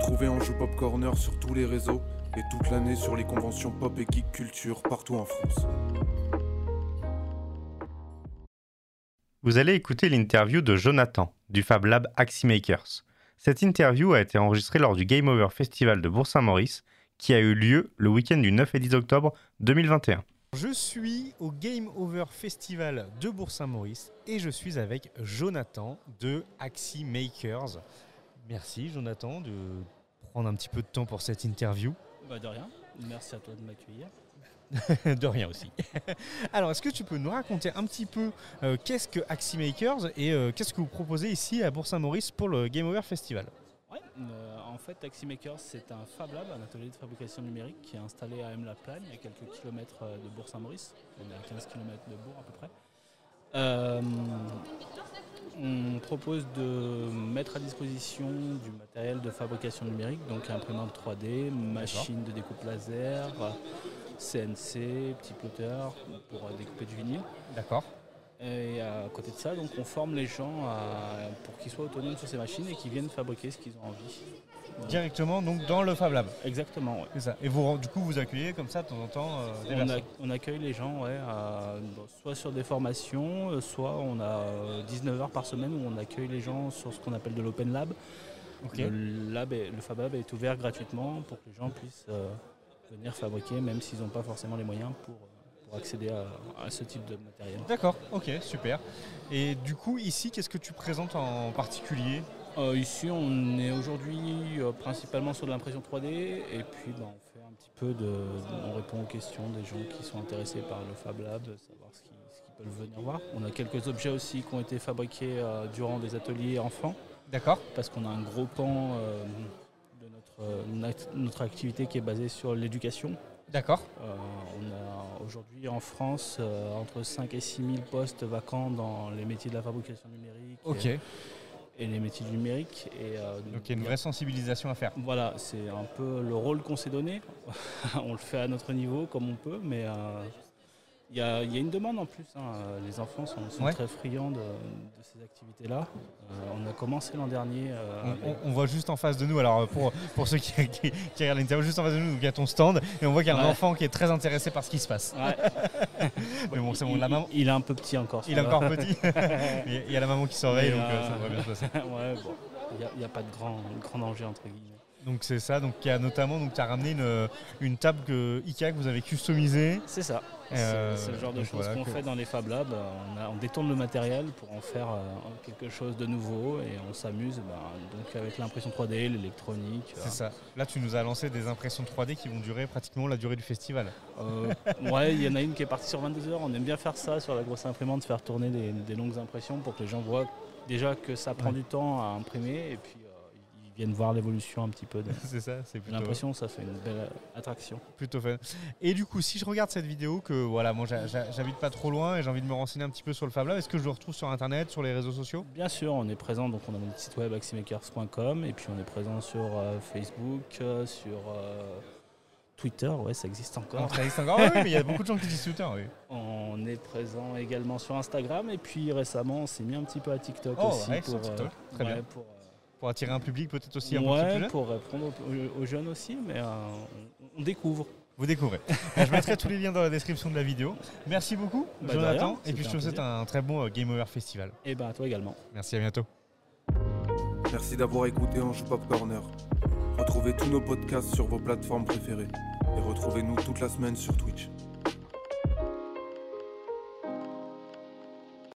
Retrouvez Anjou Pop Corner sur tous les réseaux et toute l'année sur les conventions pop et geek culture partout en France. Vous allez écouter l'interview de Jonathan du Fab Lab Axi Makers. Cette interview a été enregistrée lors du Game Over Festival de Bourg-Saint-Maurice qui a eu lieu le week-end du 9 et 10 octobre 2021. Je suis au Game Over Festival de Bourg-Saint-Maurice et je suis avec Jonathan de Axi Makers. Merci Jonathan de prendre un petit peu de temps pour cette interview. De rien, merci à toi de m'accueillir. De rien aussi. Alors, est-ce que tu peux nous raconter un petit peu qu'est-ce que Axi Makers et qu'est-ce que vous proposez ici à Bourg-Saint-Maurice pour le Game Over Festival ? Ouais, en fait, Axi Makers, c'est un Fab Lab, un atelier de fabrication numérique qui est installé à Aime-la-Plagne, à quelques kilomètres de Bourg-Saint-Maurice. On est à 15 km de Bourg à peu près. On propose de mettre à disposition du matériel de fabrication numérique, donc imprimante 3D, machine de découpe laser, CNC, petit plotter pour découper du vinyle. D'accord. Et à côté de ça, donc, on forme les gens pour qu'ils soient autonomes sur ces machines et qu'ils viennent fabriquer ce qu'ils ont envie. Directement donc dans le Fab Lab. Exactement, ouais. C'est ça. Et vous, du coup, vous accueillez comme ça de temps en temps des personnes. On accueille les gens soit sur des formations, soit on a 19 heures par semaine où on accueille les gens sur ce qu'on appelle de l'Open Lab. Okay. Le Fab Lab est ouvert gratuitement pour que les gens puissent venir fabriquer, même s'ils n'ont pas forcément les moyens pour accéder à ce type de matériel. D'accord, ok, super. Et du coup, ici, qu'est-ce que tu présentes en particulier ? Ici, on est aujourd'hui principalement sur de l'impression 3D et puis on fait un petit peu on répond aux questions des gens qui sont intéressés par le Fab Lab, savoir ce qu'ils peuvent venir voir. On a quelques objets aussi qui ont été fabriqués durant des ateliers enfants. D'accord. Parce qu'on a un gros pan de notre activité qui est basée sur l'éducation. D'accord. On a aujourd'hui en France entre 5 et 6 000 postes vacants dans les métiers de la fabrication numérique. Ok. Et les métiers du numérique. Donc il y a une vraie sensibilisation à faire. Voilà, c'est un peu le rôle qu'on s'est donné. On le fait à notre niveau comme on peut, mais il y a une demande en plus. Les enfants sont ouais. très friands de ces activités-là. On a commencé l'an dernier. On voit juste en face de nous, alors pour ceux qui regardent l'interview, juste en face de nous, il y a ton stand et on voit qu'il y a un enfant qui est très intéressé par ce qui se passe. Ouais. Mais bon, c'est bon, la maman. Il est un peu petit encore. Il est encore petit. Il y a la maman qui surveille, donc ça devrait bien se passer. Ouais, bon, il n'y a pas de grand danger entre guillemets. Donc c'est ça, donc il y a notamment, tu as ramené une table Ikea que vous avez customisée. C'est ça, c'est le genre de choses qu'on fait dans les Fab Labs. On détourne le matériel pour en faire quelque chose de nouveau et on s'amuse donc avec l'impression 3D, l'électronique. C'est ça, là tu nous as lancé des impressions 3D qui vont durer pratiquement la durée du festival. Ouais, il y en a une qui est partie sur 22 heures, on aime bien faire ça sur la grosse imprimante, faire tourner des longues impressions pour que les gens voient déjà que ça prend du temps à imprimer et puis viennent voir l'évolution un petit peu de c'est ça, c'est plutôt l'impression, ça fait une belle attraction. Plutôt fun. Et du coup, si je regarde cette vidéo, que voilà, moi j'habite pas trop loin et j'ai envie de me renseigner un petit peu sur le Fab Lab, est-ce que je le retrouve sur internet, sur les réseaux sociaux ? Bien sûr, on est présent, donc on a notre site web aximakers.com et puis on est présent sur Facebook, sur Twitter, ouais, ça existe encore. Ça existe encore, oui, mais il y a beaucoup de gens qui disent Twitter, oui. On est présent également sur Instagram et puis récemment on s'est mis un petit peu à TikTok aussi ouais, sur TikTok. Très bien. Pour attirer un public peut-être aussi un peu plus jeune. Pour répondre aux jeunes aussi, mais on découvre. Vous découvrez. Je mettrai tous les liens dans la description de la vidéo. Merci beaucoup, Jonathan. Et puis je te souhaite un très bon Game Over Festival. Et à toi également. Merci, à bientôt. Merci d'avoir écouté Anjou Pop Corner. Retrouvez tous nos podcasts sur vos plateformes préférées. Et retrouvez-nous toute la semaine sur Twitch.